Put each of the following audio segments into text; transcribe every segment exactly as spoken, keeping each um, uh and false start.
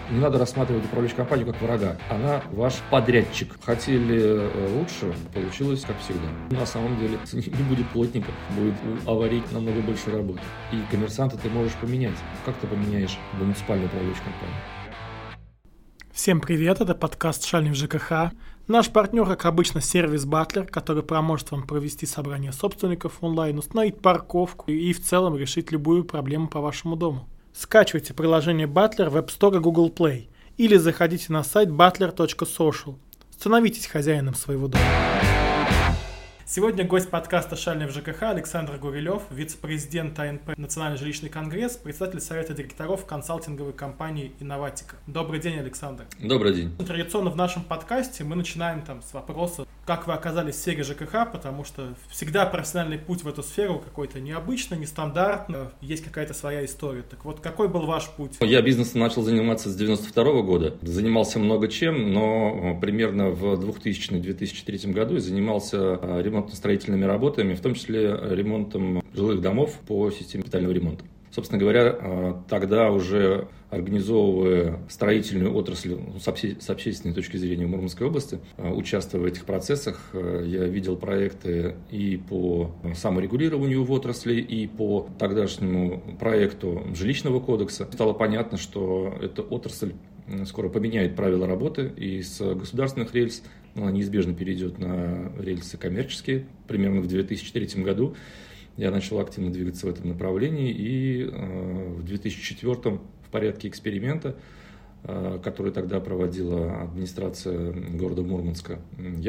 Не надо рассматривать управляющую компанию как врага. Она ваш подрядчик. Хотели лучше, получилось как всегда. На самом деле не будет плотников, будет у аварий намного больше работы. И коммерсанта ты можешь поменять. Как ты поменяешь муниципальную управляющую компанию? Всем привет, это подкаст «Шальный в ЖКХ». Наш партнер, как обычно, сервис Батлер, который поможет вам провести собрание собственников онлайн, установить парковку и в целом решить любую проблему по вашему дому. Скачивайте приложение Батлер в App Store и Google Play или заходите на сайт батлер точка соушиал. Становитесь хозяином своего дома. Сегодня гость подкаста «Шальный в ЖКХ» Александр Гурилев, вице-президент А Н П «Национальный жилищный конгресс», председатель совета директоров консалтинговой компании «Инноватика». Добрый день, Александр. Добрый день. Традиционно в нашем подкасте мы начинаем там с вопроса, как вы оказались в сфере ЖКХ, потому что всегда профессиональный путь в эту сферу какой-то необычный, нестандартный, есть какая-то своя история. Так вот, какой был ваш путь? Я бизнесом начал заниматься с девяносто второго года. Занимался много чем, но примерно в двухтысячном - две тысячи третьем году я занимался ремонтно-строительными работами, в том числе ремонтом жилых домов по системе капитального ремонта. Собственно говоря, тогда уже организовывая строительную отрасль с общественной точки зрения в Мурманской области, участвуя в этих процессах, я видел проекты и по саморегулированию в отрасли, и по тогдашнему проекту жилищного кодекса. Стало понятно, что эта отрасль скоро поменяет правила работы, и с государственных рельс она неизбежно перейдет на рельсы коммерческие. Примерно в две тысячи третьем году я начал активно двигаться в этом направлении, и в две тысячи четвёртом в порядке эксперимента, который тогда проводила администрация города Мурманска, я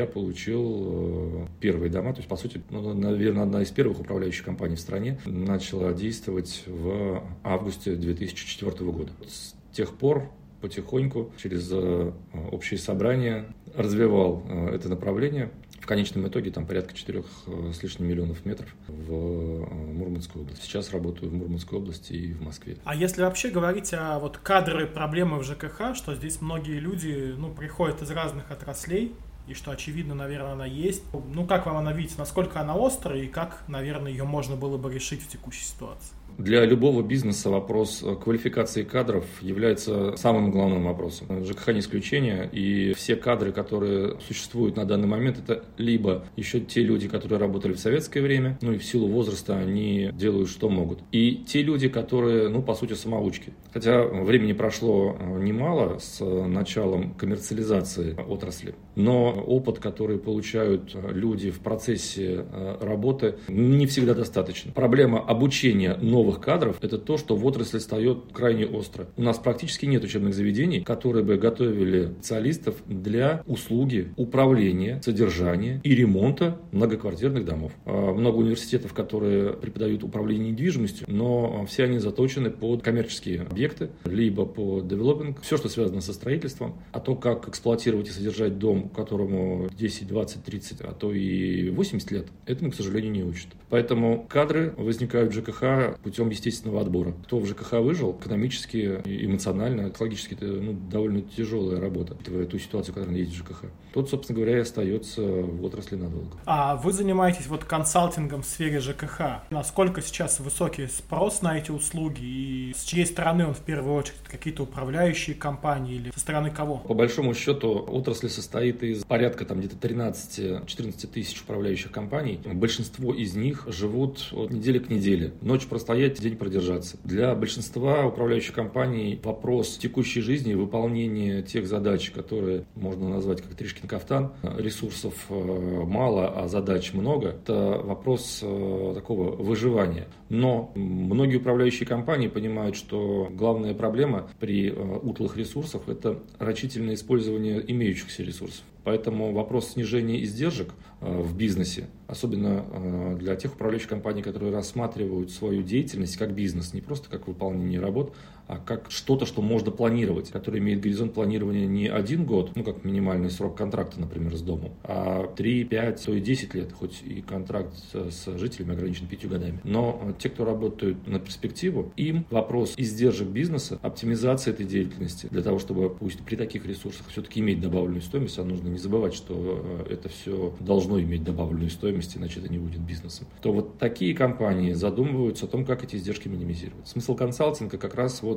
получил первые дома. То есть, по сути, ну, наверное, одна из первых управляющих компаний в стране начала действовать в августе две тысячи четвёртого года. С тех пор потихоньку через общие собрания развивал это направление. В конечном итоге там порядка четырех с лишним миллионов метров в Мурманской области. Сейчас работаю в Мурманской области и в Москве. А если вообще говорить о вот кадровой проблеме в ЖКХ, что здесь многие люди ну, приходят из разных отраслей, и что, очевидно, наверное, она есть. Ну, как вам она видится, насколько она острая, и как, наверное, ее можно было бы решить в текущей ситуации? Для любого бизнеса вопрос квалификации кадров является самым главным вопросом. ЖКХ не исключение, и все кадры, которые существуют на данный момент, это либо еще те люди, которые работали в советское время, ну и в силу возраста они делают, что могут. И те люди, которые, ну, по сути, самоучки. Хотя времени прошло немало с началом коммерциализации отрасли, но опыт, который получают люди в процессе работы, не всегда достаточно. Проблема обучения новых кадров – это то, что в отрасли встает крайне остро. У нас практически нет учебных заведений, которые бы готовили специалистов для услуги управления, содержания и ремонта многоквартирных домов. Много университетов, которые преподают управление недвижимостью, но все они заточены под коммерческие объекты, либо по девелопинг, все, что связано со строительством, а то, как эксплуатировать и содержать дом, которому десять, двадцать, тридцать, а то и восемьдесят лет, этому, к сожалению, не учат. Поэтому кадры возникают в ЖКХ путем естественного отбора. Кто в ЖКХ выжил, экономически, эмоционально, экологически, это ну, довольно тяжелая работа, учитывая ту ситуацию, которая есть в ЖКХ. Тот, собственно говоря, и остается в отрасли надолго. А вы занимаетесь вот консалтингом в сфере ЖКХ. Насколько сейчас высокий спрос на эти услуги и с чьей стороны он в первую очередь? Какие-то управляющие компании или со стороны кого? По большому счету отрасль состоит из порядка там где-то тринадцать-четырнадцать тысяч управляющих компаний. Большинство из них живут от недели к неделе. Ночь простоять, день продержаться. Для большинства управляющих компаний вопрос текущей жизни и выполнения тех задач, которые можно назвать как Тришкин кафтан, ресурсов мало, а задач много, это вопрос такого выживания. Но многие управляющие компании понимают, что главная проблема при утлых ресурсах – это рачительное использование имеющихся ресурсов. Поэтому вопрос снижения издержек в бизнесе, особенно для тех управляющих компаний, которые рассматривают свою деятельность как бизнес, не просто как выполнение работ, а как что-то, что можно планировать, которое имеет горизонт планирования не один год, ну как минимальный срок контракта, например, с домом, а три, пять, то и десять лет, хоть и контракт с жителями ограничен пятью годами. Но те, кто работают на перспективу, им вопрос издержек бизнеса, оптимизации этой деятельности, для того, чтобы пусть при таких ресурсах все-таки иметь добавленную стоимость, а нужно не забывать, что это все должно иметь добавленную стоимость, иначе это не будет бизнесом. То вот такие компании задумываются о том, как эти издержки минимизировать. Смысл консалтинга как раз вот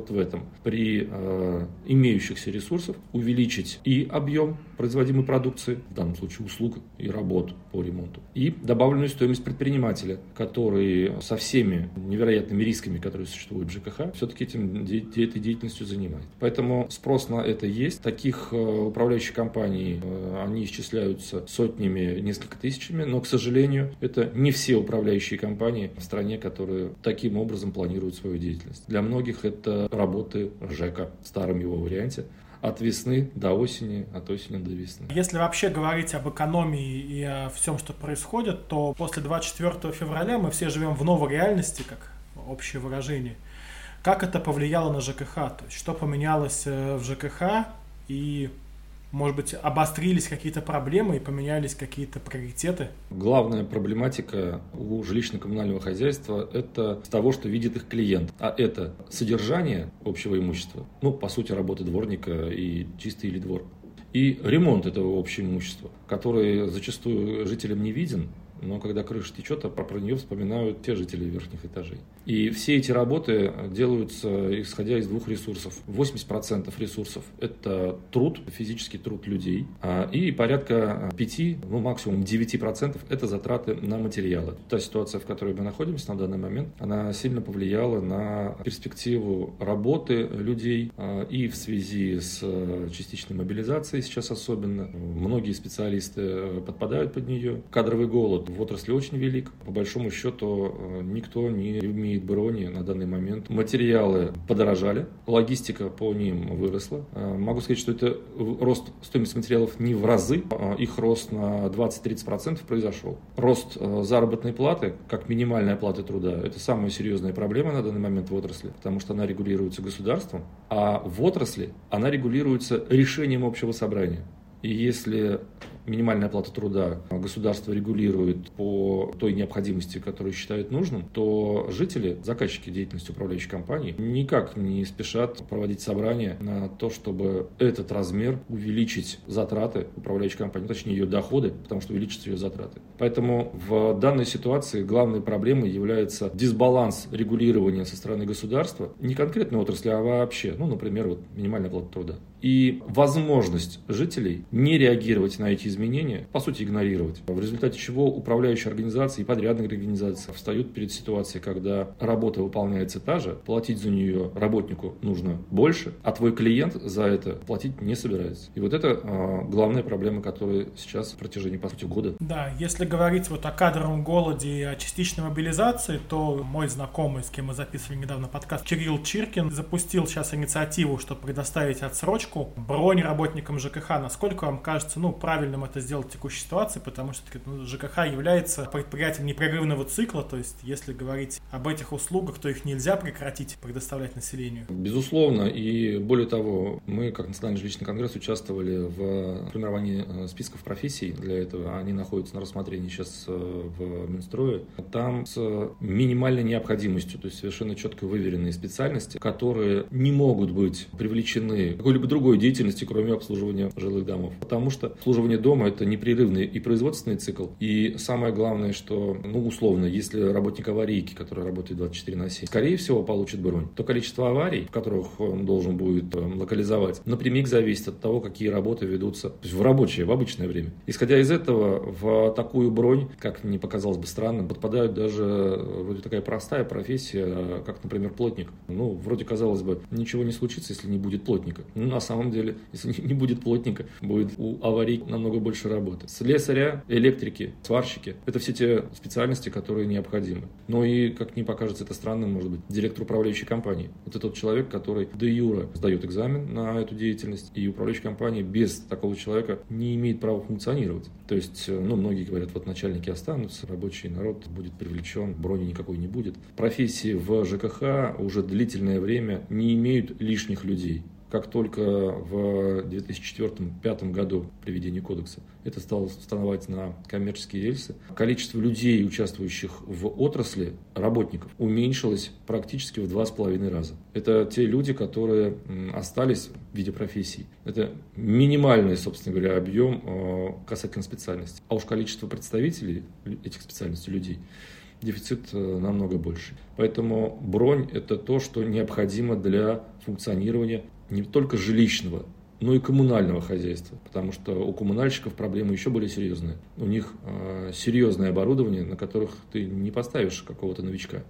вот в этом. При э, имеющихся ресурсах увеличить и объем производимой продукции, в данном случае услуг и работ по ремонту, и добавленную стоимость предпринимателя, который со всеми невероятными рисками, которые существуют в ЖКХ, все-таки этим, этой деятельностью занимает. Поэтому спрос на это есть. Таких э, управляющих компаний, э, они исчисляются сотнями, несколько тысячами, но, к сожалению, это не все управляющие компании в стране, которые таким образом планируют свою деятельность. Для многих это работы ЖЭКа в старом его варианте. От весны до осени, от осени до весны. Если вообще говорить об экономии и о всем, что происходит, то после двадцать четвёртого февраля мы все живем в новой реальности, как общее выражение. Как это повлияло на ЖКХ? То есть, что поменялось в ЖКХ и, может быть, обострились какие-то проблемы и поменялись какие-то приоритеты? Главная проблематика у жилищно-коммунального хозяйства – это с того, что видит их клиент. А это содержание общего имущества, ну, по сути, работа дворника и чистый или двор, и ремонт этого общего имущества, который зачастую жителям не виден, но когда крыша течет, а про нее вспоминают те жители верхних этажей. И все эти работы делаются исходя из двух ресурсов. восемьдесят процентов ресурсов – это труд, физический труд людей, и порядка пяти, ну максимум девяти процентов – это затраты на материалы. Та ситуация, в которой мы находимся на данный момент, она сильно повлияла на перспективу работы людей, и в связи с частичной мобилизацией сейчас особенно. Многие специалисты подпадают под нее. Кадровый голод в отрасли очень велик. По большому счету никто не имеет брони на данный момент. Материалы подорожали, логистика по ним выросла. Могу сказать, что это рост стоимости материалов не в разы, их рост на двадцать-тридцать процентов произошел. Рост заработной платы, как минимальная плата труда, это самая серьезная проблема на данный момент в отрасли, потому что она регулируется государством, а в отрасли она регулируется решением общего собрания. И если минимальная оплата труда государство регулирует по той необходимости, которую считает нужным, то жители, заказчики деятельности управляющей компании никак не спешат проводить собрания на то, чтобы этот размер увеличить затраты управляющей компании, точнее ее доходы, потому что увеличатся ее затраты. Поэтому в данной ситуации главной проблемой является дисбаланс регулирования со стороны государства, не конкретной отрасли, а вообще, ну, например, вот минимальная оплата труда. И возможность жителей не реагировать на эти изменения, по сути игнорировать, в результате чего управляющие организации и подрядные организации встают перед ситуацией, когда работа выполняется та же, платить за нее работнику нужно больше, а твой клиент за это платить не собирается. И вот это э, главная проблема, которая сейчас в протяжении, по сути, года. Да, если говорить вот о кадровом голоде и о частичной мобилизации, то мой знакомый, с кем мы записывали недавно подкаст, Кирилл Чиркин, запустил сейчас инициативу, чтобы предоставить отсрочку, бронь работникам ЖКХ. Насколько вам кажется, ну, правильным это сделать в текущей ситуации, потому что ну, ЖКХ является предприятием непрерывного цикла, то есть если говорить об этих услугах, то их нельзя прекратить предоставлять населению. Безусловно, и более того, мы, как Национальный жилищный конгресс, участвовали в формировании списков профессий для этого, они находятся на рассмотрении сейчас в Минстрое. Там с минимальной необходимостью, то есть совершенно четко выверенные специальности, которые не могут быть привлечены к какой-либо другой деятельности, кроме обслуживания жилых домов. Потому что обслуживание дома – это непрерывный и производственный цикл. И самое главное, что, ну, условно, если работник аварийки, который работает двадцать четыре на семь, скорее всего, получит бронь, то количество аварий, в которых он должен будет локализовать, напрямик зависит от того, какие работы ведутся то есть в рабочее, в обычное время. Исходя из этого, в такую бронь, как не показалось бы странным, подпадают даже вроде такая простая профессия, как, например, плотник. Ну, вроде, казалось бы, ничего не случится, если не будет плотника. Ну, на самом деле, если не будет плотника, будет у аварий намного больше работы. Слесаря, электрики, сварщики – это все те специальности, которые необходимы. Ну и, как ни покажется это странным, может быть, директор управляющей компании. Вот это тот человек, который де юре сдает экзамен на эту деятельность, и управляющая компания без такого человека не имеет права функционировать. То есть, ну, многие говорят, вот начальники останутся, рабочий народ будет привлечен, брони никакой не будет. Профессии в ЖКХ уже длительное время не имеют лишних людей. Как только в две тысячи четвёртом — две тысячи пятом году при введении кодекса это стало вставать на коммерческие рельсы, количество людей, участвующих в отрасли, работников, уменьшилось практически в два с половиной раза. Это те люди, которые остались в виде профессий. Это минимальный, собственно говоря, объем касательно специальности. А уж количество представителей этих специальностей, людей, дефицит намного больше. Поэтому бронь – это то, что необходимо для функционирования не только жилищного, но и коммунального хозяйства, потому что у коммунальщиков проблемы еще более серьезные. У них э, серьезное оборудование, на которых ты не поставишь какого-то новичка.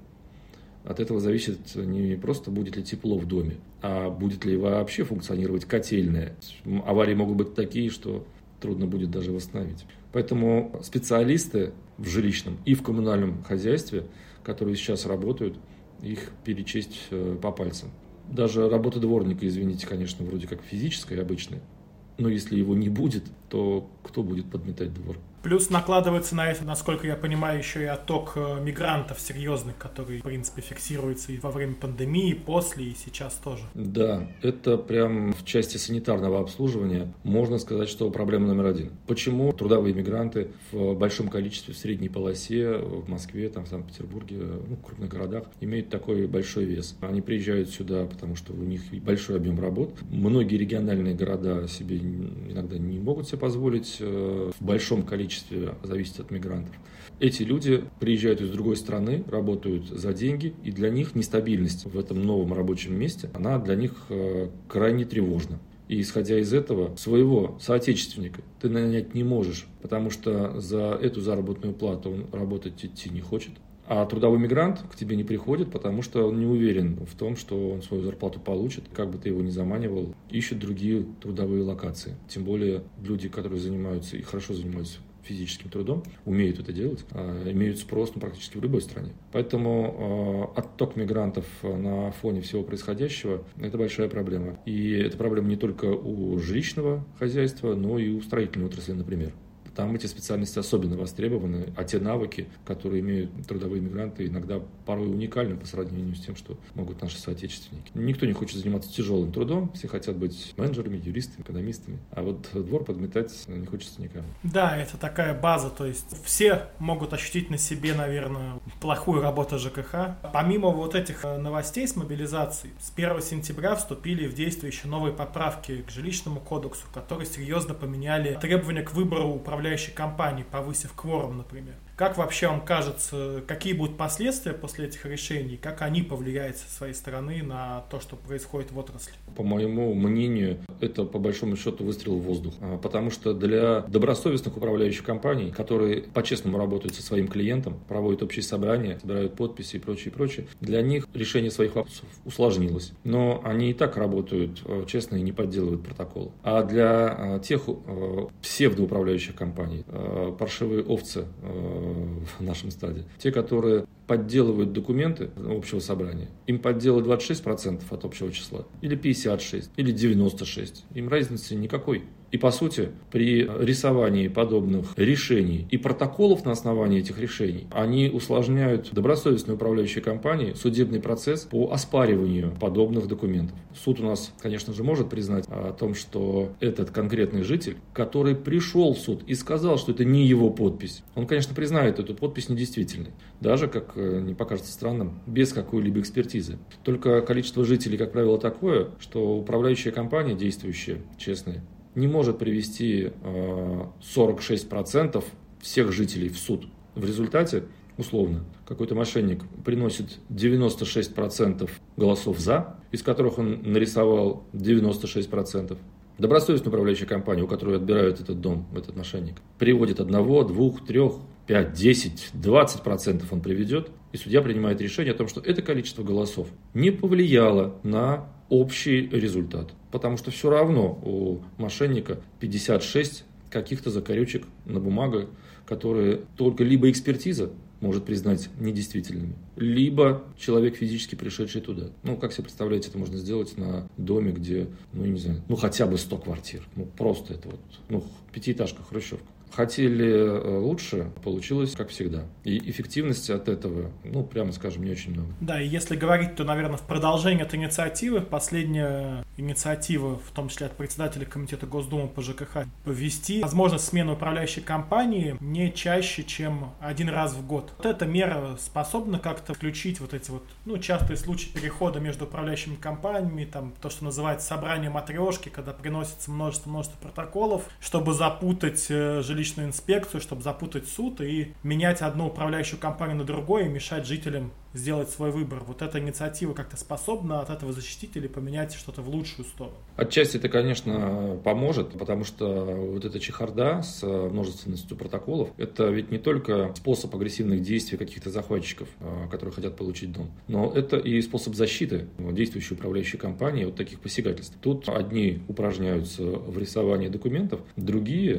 От этого зависит не просто будет ли тепло в доме, а будет ли вообще функционировать котельная. Аварии могут быть такие, что трудно будет даже восстановить. Поэтому специалисты в жилищном и в коммунальном хозяйстве, которые сейчас работают, их перечесть э, по пальцам. Даже работа дворника, извините, конечно, вроде как физическая, обычная. Но если его не будет, то кто будет подметать двор? Плюс накладывается на это, насколько я понимаю, еще и отток мигрантов серьезных, который, в принципе, фиксируется и во время пандемии, после, и сейчас тоже. Да, это прям в части санитарного обслуживания можно сказать, что проблема номер один. Почему трудовые мигранты в большом количестве в средней полосе, в Москве, там, в Санкт-Петербурге, ну, в крупных городах, имеют такой большой вес? Они приезжают сюда, потому что у них большой объем работ. Многие региональные города себе иногда не могут себе позволить в большом количестве, зависит от мигрантов. Эти люди приезжают из другой страны, работают за деньги, и для них нестабильность в этом новом рабочем месте, она для них крайне тревожна. И исходя из этого, своего соотечественника ты нанять не можешь, потому что за эту заработную плату он работать идти не хочет. А трудовой мигрант к тебе не приходит, потому что он не уверен в том, что он свою зарплату получит, как бы ты его ни заманивал, ищет другие трудовые локации. Тем более люди, которые занимаются и хорошо занимаются физическим трудом, умеют это делать, имеют спрос ну, практически в любой стране. Поэтому э, отток мигрантов на фоне всего происходящего – это большая проблема. И это проблема не только у жилищного хозяйства, но и у строительной отрасли, например. Там эти специальности особенно востребованы, а те навыки, которые имеют трудовые мигранты, иногда порой уникальны по сравнению с тем, что могут наши соотечественники. Никто не хочет заниматься тяжелым трудом, все хотят быть менеджерами, юристами, экономистами, а вот двор подметать не хочется никому. Да, это такая база, то есть все могут ощутить на себе, наверное, плохую работу ЖКХ. Помимо вот этих новостей с мобилизацией, с первого сентября вступили в действие еще новые поправки к жилищному кодексу, которые серьезно поменяли требования к выбору управляющей компании, повысив кворум, например. Как вообще вам кажется, какие будут последствия после этих решений, как они повлияют со своей стороны на то, что происходит в отрасли? По моему мнению, это по большому счету выстрел в воздух. Потому что для добросовестных управляющих компаний, которые по-честному работают со своим клиентом, проводят общие собрания, собирают подписи и прочее, прочее, для них решение своих вопросов усложнилось. Но они и так работают честно и не подделывают протокол. А для тех псевдоуправляющих компаний, паршивые овцы в нашем стаде, те, которые подделывают документы общего собрания, им подделают двадцать шесть процентов от общего числа, или пятьдесят шесть процентов, или девяносто шесть процентов. Им разницы никакой. И по сути, при рисовании подобных решений и протоколов на основании этих решений, они усложняют добросовестной управляющей компании судебный процесс по оспариванию подобных документов. Суд у нас, конечно же, может признать о том, что этот конкретный житель, который пришел в суд и сказал, что это не его подпись, он, конечно, признает эту подпись недействительной, даже, как не покажется странным, без какой-либо экспертизы. Только количество жителей, как правило, такое, что управляющая компания, действующая, честная, не может привести сорок шесть процентов всех жителей в суд. В результате, условно, какой-то мошенник приносит девяносто шесть процентов голосов «за», из которых он нарисовал девяносто шесть процентов. Добросовестная управляющая компания, у которой отбирают этот дом, этот мошенник, приводит одного, двух, трех, пять, десять, двадцать процентов он приведет, и судья принимает решение о том, что это количество голосов не повлияло на общий результат. Потому что все равно у мошенника пятьдесят шесть каких-то закорючек на бумаге, которые только либо экспертиза может признать недействительными, либо человек, физически пришедший туда. Ну, как себе представляете, это можно сделать на доме, где, ну, не знаю, ну, хотя бы сто квартир. Ну, просто это вот, ну, пятиэтажка, хрущевка. Хотели лучше, получилось как всегда. И эффективности от этого, ну, прямо скажем, не очень много. Да, и если говорить, то, наверное, в продолжение этой инициативы, последняя инициатива, в том числе от председателя комитета Госдумы по ЖКХ, ввести возможность смены управляющей компании не чаще, чем один раз в год. Вот эта мера способна как-то включить вот эти вот, ну, частые случаи перехода между управляющими компаниями, там, то, что называется собрание матрешки, когда приносится множество-множество протоколов, чтобы запутать жилищные жилищную инспекцию, чтобы запутать суд и менять одну управляющую компанию на другую и мешать жителям сделать свой выбор. Вот эта инициатива как-то способна от этого защитить или поменять что-то в лучшую сторону? Отчасти это, конечно, поможет, потому что вот эта чехарда с множественностью протоколов, это ведь не только способ агрессивных действий каких-то захватчиков, которые хотят получить дом, но это и способ защиты действующей управляющей компании от таких посягательств. Тут одни упражняются в рисовании документов, другие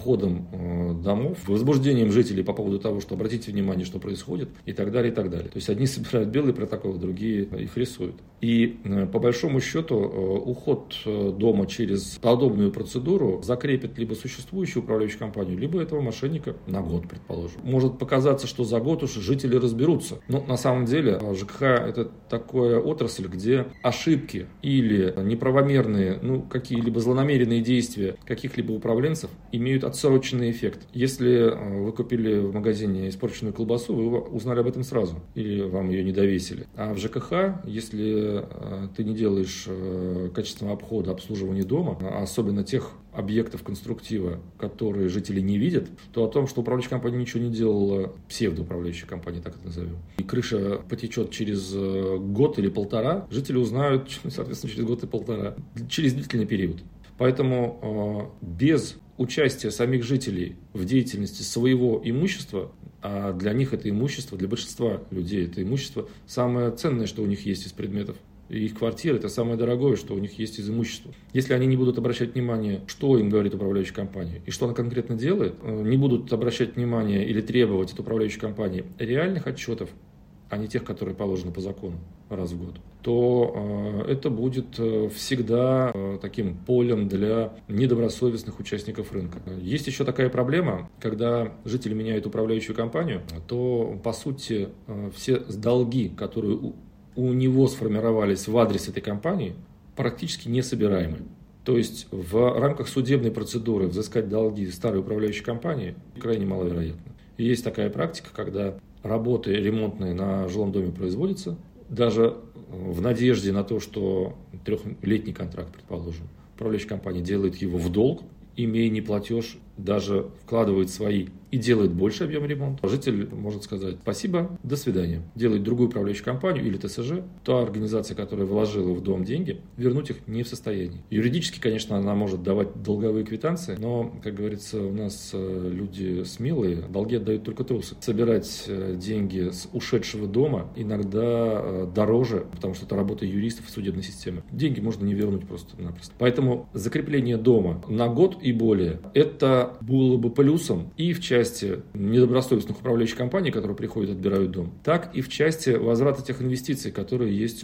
обходом домов, возбуждением жителей по поводу того, что обратите внимание, что происходит, и так далее, и так далее. То есть одни собирают белые протоколы, другие их рисуют. И по большому счету уход дома через подобную процедуру закрепит либо существующую управляющую компанию, либо этого мошенника на год, предположим. Может показаться, что за год уж жители разберутся. Но на самом деле ЖКХ – это такая отрасль, где ошибки или неправомерные, ну, какие-либо злонамеренные действия каких-либо управленцев имеют отсроченный эффект. Если вы купили в магазине испорченную колбасу, вы узнали об этом сразу, или вам ее не довесили. А в ЖКХ, если ты не делаешь качественного обхода обслуживания дома, особенно тех объектов конструктива, которые жители не видят, то о том, что управляющая компания ничего не делала, псевдоуправляющая компания, так это назовем, и крыша потечет через год или полтора, жители узнают, соответственно, через год и полтора, через длительный период. Поэтому без участия самих жителей в деятельности своего имущества, а для них это имущество, для большинства людей это имущество самое ценное, что у них есть из предметов. И их квартира – это самое дорогое, что у них есть из имущества. Если они не будут обращать внимание, что им говорит управляющая компания и что она конкретно делает, не будут обращать внимание или требовать от управляющей компании реальных отчетов, а не тех, которые положены по закону раз в год, то э, это будет всегда э, таким полем для недобросовестных участников рынка. Есть еще такая проблема, когда жители меняют управляющую компанию, то, по сути, э, все долги, которые у, у него сформировались в адрес этой компании, практически несобираемы. То есть в рамках судебной процедуры взыскать долги старой управляющей компании крайне маловероятно. И есть такая практика, когда работы ремонтные на жилом доме производятся, даже в надежде на то, что трехлетний контракт, предположим, управляющая компания делает его в долг, имея неплатеж, даже вкладывает свои и делает больше объем ремонта. Житель может сказать спасибо, до свидания. Делает другую управляющую компанию или ТСЖ. Та организация, которая вложила в дом деньги, вернуть их не в состоянии. Юридически, конечно, она может давать долговые квитанции, но, как говорится, у нас люди смелые, долги отдают только трусы. Собирать деньги с ушедшего дома иногда дороже, потому что это работа юристов и судебной системы. Деньги можно не вернуть просто-напросто. Поэтому закрепление дома на год и более – это было бы плюсом и в части недобросовестных управляющих компаний, которые приходят и отбирают дом, так и в части возврата тех инвестиций, которые есть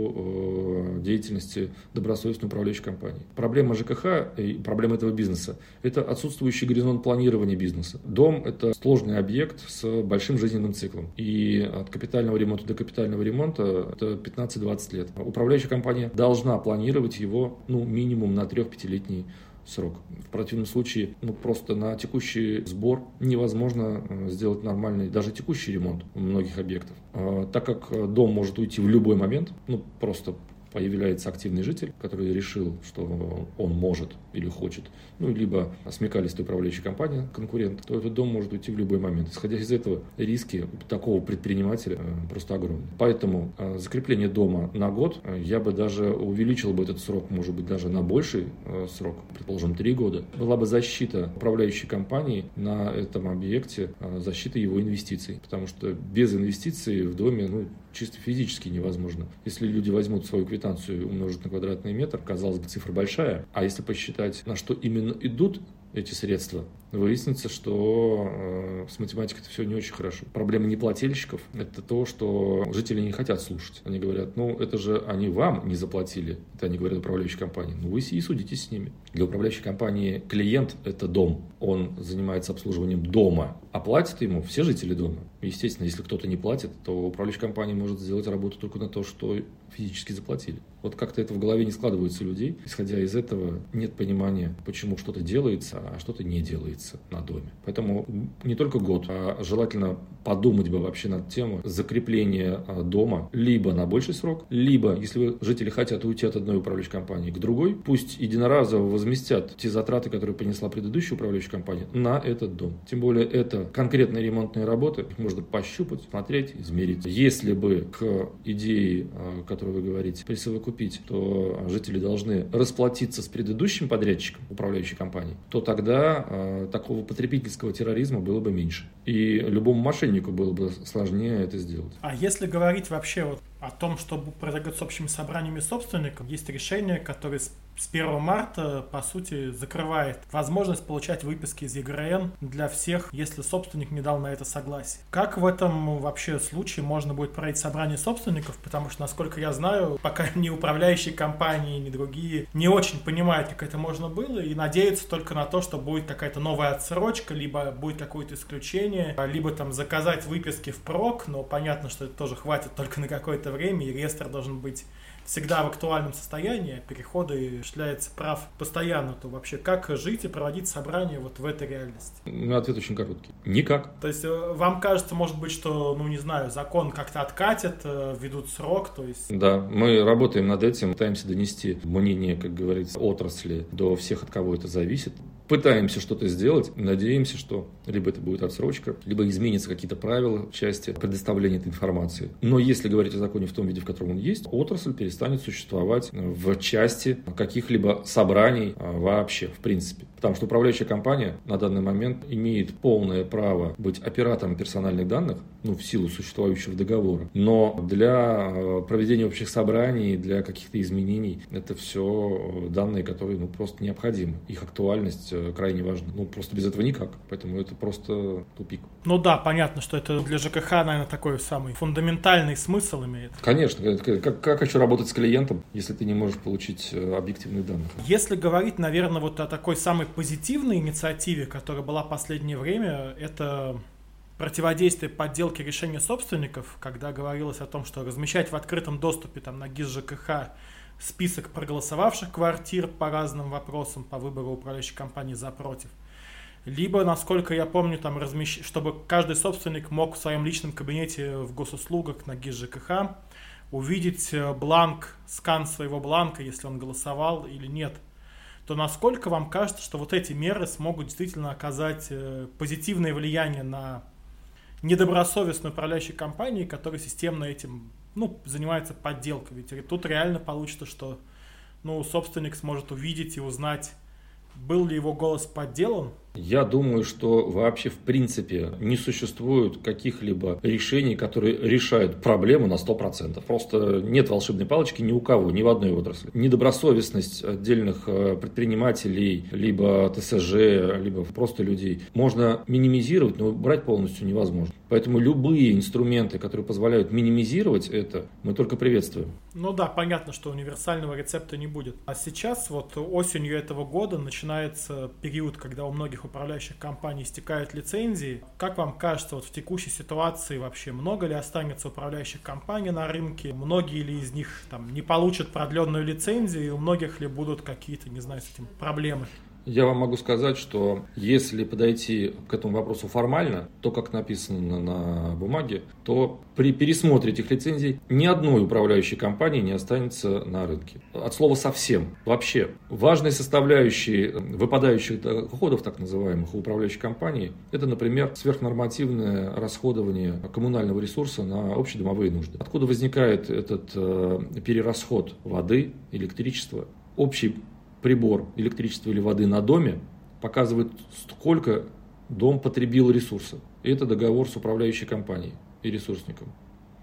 у деятельности добросовестной управляющей компании. Проблема ЖКХ и проблема этого бизнеса – это отсутствующий горизонт планирования бизнеса. Дом – это сложный объект с большим жизненным циклом. И от капитального ремонта до капитального ремонта – это пятнадцать-двадцать лет. Управляющая компания должна планировать его ну, минимум на три-пятилетний срок. В противном случае ну, просто на текущий сбор невозможно сделать нормальный, даже текущий ремонт многих объектов. Так как дом может уйти в любой момент, ну просто появляется активный житель, который решил, что он может или хочет, ну, либо смекалистая управляющая компания, конкурент, то этот дом может уйти в любой момент. Исходя из этого, риски такого предпринимателя просто огромны. Поэтому закрепление дома на год, я бы даже увеличил бы этот срок, может быть, даже на больший срок, предположим, три года. Была бы защита управляющей компании на этом объекте, защита его инвестиций. Потому что без инвестиций в доме, ну, чисто физически невозможно. Если люди возьмут свою квитанцию, умножить на квадратный метр, казалось бы, цифра большая. А если посчитать, на что именно идут эти средства, выяснится, что э, с математикой это все не очень хорошо. Проблема неплательщиков – это то, что жители не хотят слушать. Они говорят, ну, это же они вам не заплатили. Это они говорят управляющей компании. Ну, вы и судитесь с ними. Для управляющей компании клиент – это дом. Он занимается обслуживанием дома. А платят ему все жители дома. Естественно, если кто-то не платит, то управляющая компания может сделать работу только на то, что физически заплатили. Вот как-то это в голове не складывается у людей. Исходя из этого, нет понимания, почему что-то делается, а что-то не делается. находиться на доме. Поэтому не только год, а желательно подумать бы вообще над темой закрепления дома либо на больший срок, либо, если вы, жители хотят уйти от одной управляющей компании к другой, пусть единоразово возместят те затраты, которые понесла предыдущая управляющая компания, на этот дом. Тем более это конкретные ремонтные работы, их можно пощупать, смотреть, измерить. Если бы к идее, о которой вы говорите, присовокупить, то жители должны расплатиться с предыдущим подрядчиком управляющей компании, то тогда э, такого потребительского терроризма было бы меньше. И любому мошеннику было бы сложнее это сделать. А если говорить вообще вот о том, что произойдет с общими собраниями собственников, есть решение, которое с первого марта, по сути, закрывает возможность получать выписки из ЕГРН для всех, если собственник не дал на это согласие. Как в этом вообще случае можно будет проводить собрание собственников? Потому что, насколько я знаю, пока ни управляющие компании, ни другие не очень понимают, как это можно было, и надеются только на то, что будет какая-то новая отсрочка, либо будет какое-то исключение, либо там заказать выписки впрок, но понятно, что это тоже хватит только на какое-то время, и реестр должен быть всегда в актуальном состоянии, переходы осуществляется прав постоянно, то вообще как жить и проводить собрание вот в этой реальности? Ну, ответ очень короткий. Никак. То есть вам кажется, может быть, что, ну не знаю, закон как-то откатят, введут срок, то есть... Да, мы работаем над этим, пытаемся донести мнение, как говорится, отрасли до всех, от кого это зависит. Пытаемся что-то сделать, надеемся, что либо это будет отсрочка, либо изменятся какие-то правила в части предоставления этой информации. Но если говорить о законе в том виде, в котором он есть, отрасль перестанет существовать в части каких-либо собраний вообще, в принципе. Потому что управляющая компания на данный момент имеет полное право быть оператором персональных данных, ну, в силу существующего договора. Но для проведения общих собраний, для каких-то изменений, это все данные, которые ну, просто необходимы. Их актуальность крайне важна. Ну, просто без этого никак. Поэтому это просто тупик. Ну да, понятно, что это для ЖКХ, наверное, такой самый фундаментальный смысл имеет. Конечно. Как, как еще работать с клиентом, если ты не можешь получить объективные данные? Если говорить, наверное, вот о такой самой позитивной инициативе, которая была в последнее время, это противодействие подделке решения собственников, когда говорилось о том, что размещать в открытом доступе там, на ГИС ЖКХ список проголосовавших квартир по разным вопросам по выбору управляющей компании за против. Либо, насколько я помню, там размещ... чтобы каждый собственник мог в своем личном кабинете в госуслугах на ГИС ЖКХ увидеть бланк, скан своего бланка, если он голосовал или нет. То насколько вам кажется, что вот эти меры смогут действительно оказать позитивное влияние на недобросовестную управляющую компанию, которая системно этим ну, занимается подделкой? Ведь тут реально получится, что ну, собственник сможет увидеть и узнать, был ли его голос подделан. Я думаю, что вообще в принципе не существует каких-либо решений, которые решают проблему на сто процентов. Просто нет волшебной палочки ни у кого, ни в одной отрасли. Недобросовестность отдельных предпринимателей, либо ТСЖ, либо просто людей можно минимизировать, но убрать полностью невозможно. Поэтому любые инструменты, которые позволяют минимизировать это, мы только приветствуем. Ну да, понятно, что универсального рецепта не будет. А сейчас вот осенью этого года начинается период, когда у многих управляющих компаний истекают лицензии. Как вам кажется, вот в текущей ситуации вообще много ли останется управляющих компаний на рынке? Многие ли из них там не получат продленную лицензию? И у многих ли будут какие-то, не знаю, с этим проблемы? Я вам могу сказать, что если подойти к этому вопросу формально, то, как написано на бумаге, то при пересмотре этих лицензий ни одной управляющей компании не останется на рынке. От слова совсем. Вообще, важной составляющей выпадающих доходов, так называемых, у управляющей компании, это, например, сверхнормативное расходование коммунального ресурса на общедомовые нужды. Откуда возникает этот э, перерасход воды, электричества? Общий прибор электричества или воды на доме показывает, сколько дом потребил ресурса. И это договор с управляющей компанией и ресурсником.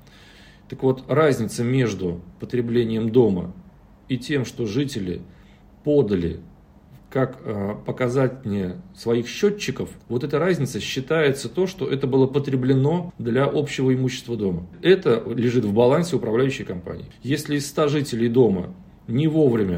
Так вот, разница между потреблением дома и тем, что жители подали как э, показание своих счетчиков, вот эта разница считается то, что это было потреблено для общего имущества дома. Это лежит в балансе управляющей компании. Если из ста жителей дома не вовремя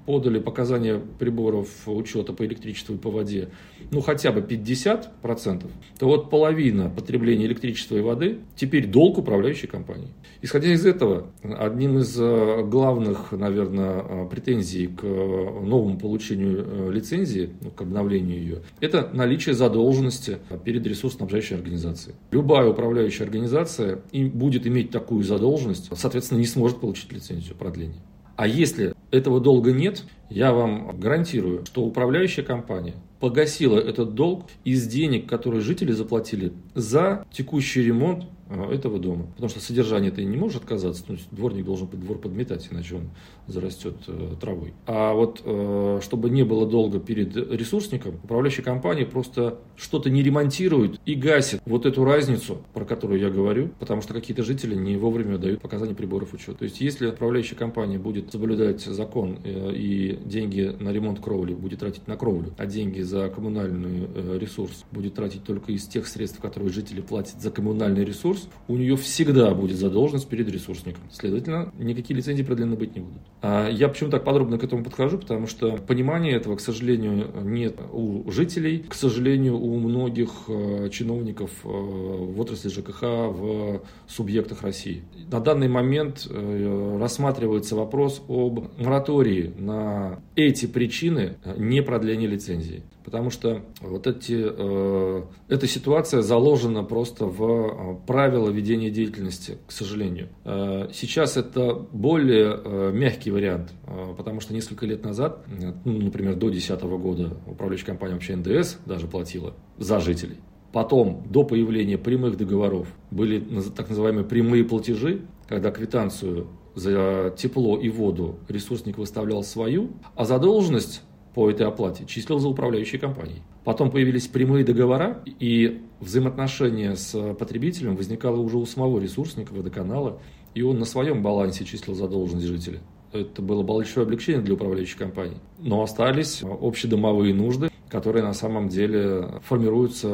подали показания приборов учета по электричеству и по воде, ну, хотя бы пятьдесят процентов, то вот половина потребления электричества и воды теперь долг управляющей компании. Исходя из этого, одним из главных, наверное, претензий к новому получению лицензии, ну, к обновлению ее, это наличие задолженности перед ресурсоснабжающей организацией. Любая управляющая организация и будет иметь такую задолженность, соответственно, не сможет получить лицензию продления. А если этого долга нет, я вам гарантирую, что управляющая компания погасила этот долг из денег, которые жители заплатили за текущий ремонт этого дома. Потому что содержание это не может отказаться. То есть дворник должен двор подметать, иначе он зарастет э, травой. А вот э, чтобы не было долга перед ресурсником, управляющая компания просто что-то не ремонтирует и гасит вот эту разницу, про которую я говорю, потому что какие-то жители не вовремя дают показания приборов учета. То есть если управляющая компания будет соблюдать закон э, и деньги на ремонт кровли будет тратить на кровлю, а деньги за коммунальный э, ресурс будет тратить только из тех средств, которые жители платят за коммунальный ресурс, у нее всегда будет задолженность перед ресурсником. Следовательно, никакие лицензии продлены быть не будут. А я почему так подробно к этому подхожу? Потому что понимания этого, к сожалению, нет у жителей, к сожалению, у многих э, чиновников э, в отрасли ЖКХ в субъектах России. На данный момент э, рассматривается вопрос об моратории на эти причины не продления лицензии. Потому что вот эти, э, эта ситуация заложена просто в правила ведения деятельности, к сожалению. Э, сейчас это более э, мягкий вариант, э, потому что несколько лет назад, э, ну, например, до две тысячи десятого года управляющая компания вообще эн дэ эс даже платила за жителей. Потом, до появления прямых договоров, были так называемые прямые платежи, когда квитанцию за тепло и воду ресурсник выставлял свою, а задолженность по этой оплате числил за управляющей компанией. Потом появились прямые договора, и взаимоотношения с потребителем возникало уже у самого ресурсника, водоканала, и он на своем балансе числил задолженность жителя. Это было большое облегчение для управляющей компании. Но остались общедомовые нужды, которые на самом деле формируются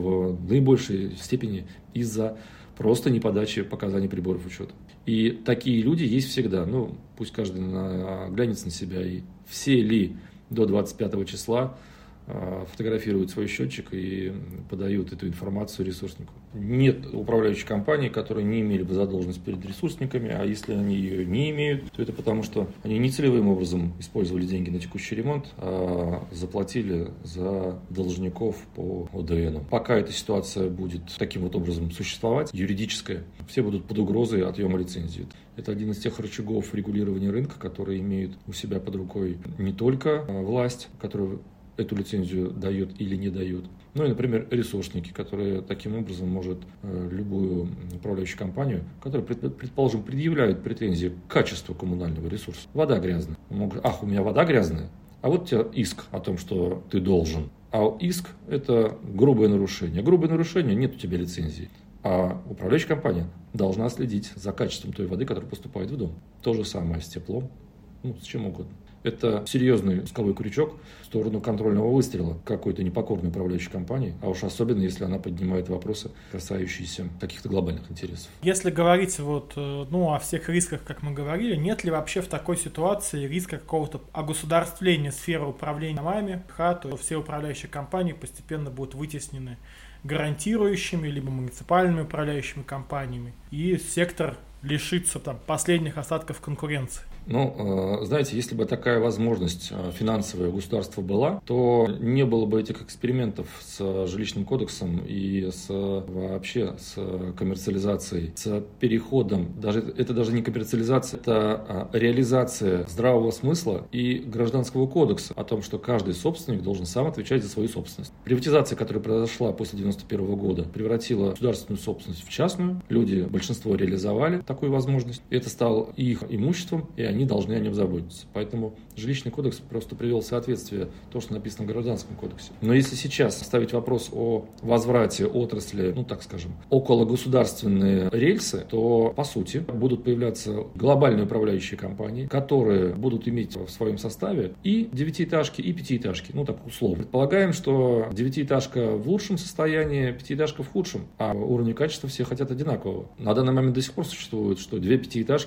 в наибольшей степени из-за просто неподачи показаний приборов учета. И такие люди есть всегда. Ну, пусть каждый глянется на себя. И все ли до двадцать пятого числа фотографируют свой счетчик и подают эту информацию ресурснику. Нет управляющей компании, которые не имели бы задолженность перед ресурсниками, а если они ее не имеют, то это потому, что они не целевым образом использовали деньги на текущий ремонт, а заплатили за должников по о дэ эн. Пока эта ситуация будет таким вот образом существовать, юридическая, все будут под угрозой отъема лицензии. Это один из тех рычагов регулирования рынка, которые имеют у себя под рукой не только власть, которая эту лицензию дает или не дает. Ну и, например, ресурсники, которые таким образом может э, любую управляющую компанию, которая, предположим, предъявляет претензии к качеству коммунального ресурса. Вода грязная. Могут, ах, у меня вода грязная, а вот у тебя иск о том, что ты должен. А иск – это грубое нарушение. Грубое нарушение – нет у тебя лицензии. А управляющая компания должна следить за качеством той воды, которая поступает в дом. То же самое с теплом, ну, с чем угодно. Это серьезный спусковой крючок в сторону контрольного выстрела какой-то непокорной управляющей компании, а уж особенно, если она поднимает вопросы, касающиеся каких-то глобальных интересов. Если говорить вот, ну, о всех рисках, как мы говорили, нет ли вообще в такой ситуации риска какого-то огосударствления сферы управления домами, то все управляющие компании постепенно будут вытеснены гарантирующими либо муниципальными управляющими компаниями, и сектор лишится там последних остатков конкуренции? Ну, знаете, если бы такая возможность финансовая у государства была, то не было бы этих экспериментов с жилищным кодексом и с, вообще с коммерциализацией, с переходом. Даже, это даже не коммерциализация, это реализация здравого смысла и гражданского кодекса о том, что каждый собственник должен сам отвечать за свою собственность. Приватизация, которая произошла после девяносто первого года, превратила государственную собственность в частную. Люди, большинство реализовали такую возможность. Это стало их имуществом, и они они должны о нем заботиться. Поэтому жилищный кодекс просто привел в соответствие то, что написано в Гражданском кодексе. Но если сейчас ставить вопрос о возврате отрасли, ну так скажем, около государственные рельсы, то по сути будут появляться глобальные управляющие компании, которые будут иметь в своем составе и девятиэтажки, и пятиэтажки. Ну так условно. Предполагаем, что девятиэтажка в лучшем состоянии, пятиэтажка в худшем, а уровень качества все хотят одинакового. На данный момент до сих пор существует, что две пятиэтажки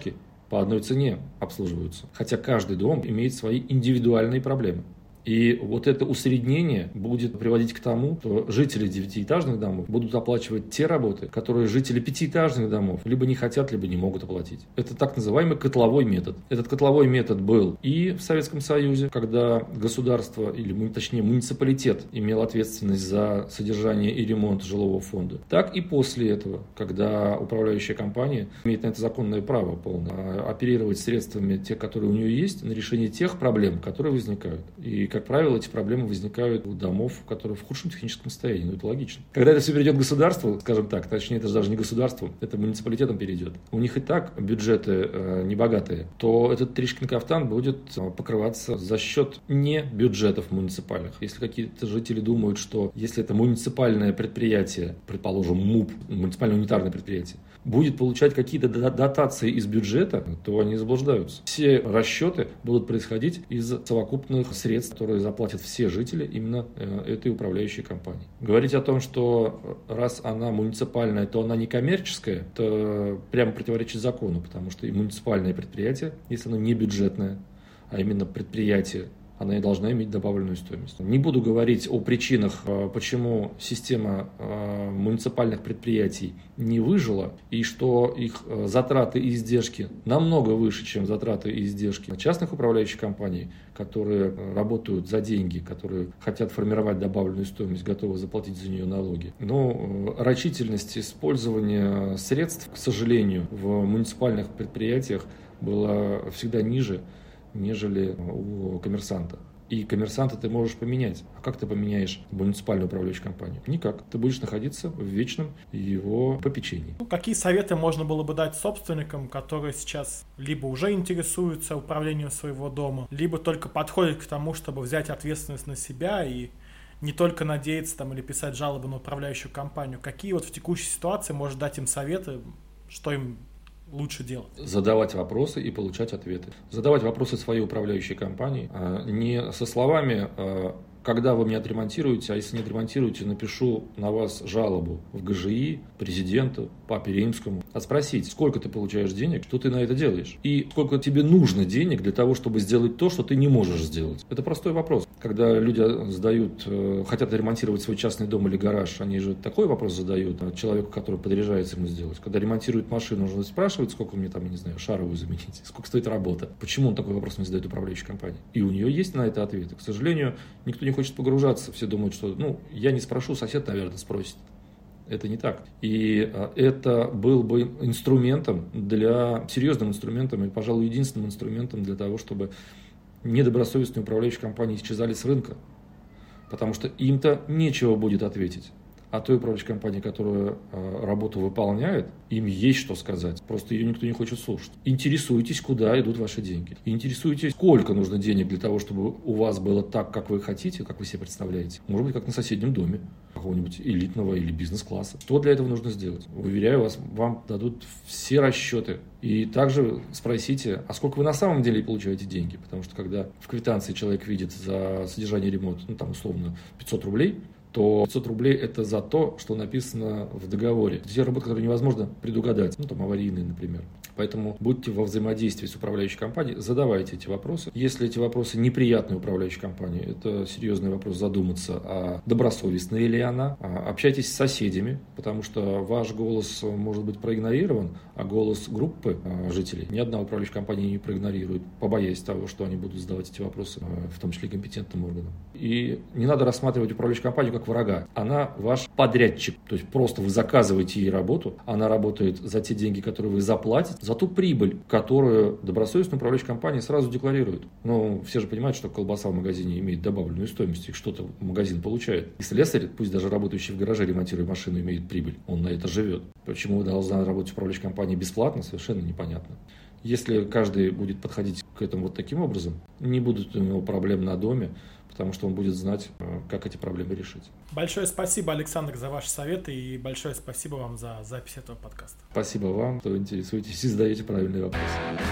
по одной цене обслуживаются. Хотя каждый дом имеет свои индивидуальные проблемы. И вот это усреднение будет приводить к тому, что жители девятиэтажных домов будут оплачивать те работы, которые жители пятиэтажных домов либо не хотят, либо не могут оплатить. Это так называемый котловой метод. Этот котловой метод был и в Советском Союзе, когда государство, или точнее муниципалитет имел ответственность за содержание и ремонт жилого фонда, так и после этого, когда управляющая компания имеет на это законное право полное оперировать средствами, те, которые у нее есть, на решение тех проблем, которые возникают. И как правило, эти проблемы возникают у домов, которые в худшем техническом состоянии. Ну, это логично. Когда это все перейдет к государству, скажем так, точнее, это же даже не государству, это муниципалитетам перейдет. У них и так бюджеты э, небогатые, то этот Тришкин кафтан будет э, покрываться за счет не бюджетов муниципальных. Если какие-то жители думают, что если это муниципальное предприятие, предположим, МУП, муниципальное унитарное предприятие, будет получать какие-то дотации из бюджета, то они заблуждаются. Все расчеты будут происходить из совокупных средств, которые заплатят все жители именно этой управляющей компании. Говорить о том, что раз она муниципальная, то она не коммерческая, это прямо противоречит закону, потому что и муниципальное предприятие, если оно не бюджетное, а именно предприятие, она и должна иметь добавленную стоимость. Не буду говорить о причинах, почему система муниципальных предприятий не выжила, и что их затраты и издержки намного выше, чем затраты и издержки частных управляющих компаний, которые работают за деньги, которые хотят формировать добавленную стоимость, готовы заплатить за нее налоги. Но рачительность использования средств, к сожалению, в муниципальных предприятиях была всегда ниже, нежели у коммерсанта. И коммерсанта ты можешь поменять. А как ты поменяешь муниципальную управляющую компанию? Никак. Ты будешь находиться в вечном его попечении. Ну, какие советы можно было бы дать собственникам, которые сейчас либо уже интересуются управлением своего дома, либо только подходят к тому, чтобы взять ответственность на себя и не только надеяться там, или писать жалобы на управляющую компанию? Какие вот в текущей ситуации можешь дать им советы, что им лучше делать? Задавать вопросы и получать ответы. Задавать вопросы своей управляющей компании, не со словами когда вы меня отремонтируете, а если не отремонтируете, напишу на вас жалобу в ГЖИ, президенту, папе римскому. А спросить, сколько ты получаешь денег, что ты на это делаешь? И сколько тебе нужно денег для того, чтобы сделать то, что ты не можешь сделать? Это простой вопрос. Когда люди сдают, хотят ремонтировать свой частный дом или гараж, они же такой вопрос задают человеку, который подряжается ему сделать. Когда ремонтируют машину, нужно спрашивать, сколько мне там, не знаю, шаровую заменить, сколько стоит работа. Почему он такой вопрос не задает управляющей компании? И у нее есть на это ответы. К сожалению, никто не хочет погружаться. Все думают, что, ну, я не спрошу, сосед, наверное, спросит. Это не так. И это был бы инструментом для, серьезным инструментом и, пожалуй, единственным инструментом для того, чтобы недобросовестные управляющие компании исчезали с рынка. Потому что им-то нечего будет ответить. А той управляющей компании, которая э, работу выполняет, им есть что сказать. Просто ее никто не хочет слушать. Интересуйтесь, куда идут ваши деньги. Интересуйтесь, сколько нужно денег для того, чтобы у вас было так, как вы хотите, как вы себе представляете. Может быть, как на соседнем доме, какого-нибудь элитного или бизнес-класса. Что для этого нужно сделать? Уверяю вас, вам дадут все расчеты. И также спросите, а сколько вы на самом деле получаете деньги? Потому что когда в квитанции человек видит за содержание ремонта, ну там условно пятьсот рублей, то пятьсот рублей это за то, что написано в договоре. Те работы, которые невозможно предугадать, ну там аварийные, например. Поэтому будьте во взаимодействии с управляющей компанией, задавайте эти вопросы. Если эти вопросы неприятны управляющей компании, это серьезный вопрос задуматься, а добросовестная ли она. Общайтесь с соседями, потому что ваш голос может быть проигнорирован, а голос группы жителей ни одна управляющая компания не проигнорирует, побоясь того, что они будут задавать эти вопросы, в том числе компетентным органам. И не надо рассматривать управляющую компанию как врага. Она ваш подрядчик. То есть просто вы заказываете ей работу, она работает за те деньги, которые вы заплатите, за ту прибыль, которую добросовестная управляющая компания сразу декларирует. Но все же понимают, что колбаса в магазине имеет добавленную стоимость, и что-то магазин получает. И слесарь, пусть даже работающий в гараже, ремонтируя машину, имеет прибыль. Он на это живет. Почему должна работать управляющая компания бесплатно, совершенно непонятно. Если каждый будет подходить к этому вот таким образом, не будут у него проблем на доме, потому что он будет знать, как эти проблемы решить. Большое спасибо, Александр, за ваши советы, и большое спасибо вам за запись этого подкаста. Спасибо вам, что интересуетесь и задаете правильные вопросы.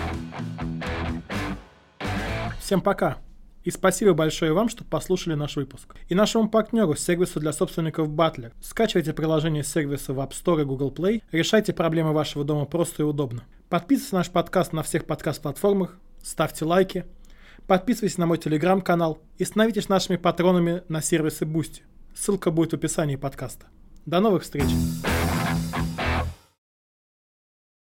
Всем пока! И спасибо большое вам, что послушали наш выпуск. И нашему партнеру, сервису для собственников Батлер. Скачивайте приложение сервиса в App Store и Google Play, решайте проблемы вашего дома просто и удобно. Подписывайтесь на наш подкаст на всех подкаст-платформах, ставьте лайки, подписывайтесь на мой телеграм-канал и становитесь нашими патронами на сервисе Boosty. Ссылка будет в описании подкаста. До новых встреч!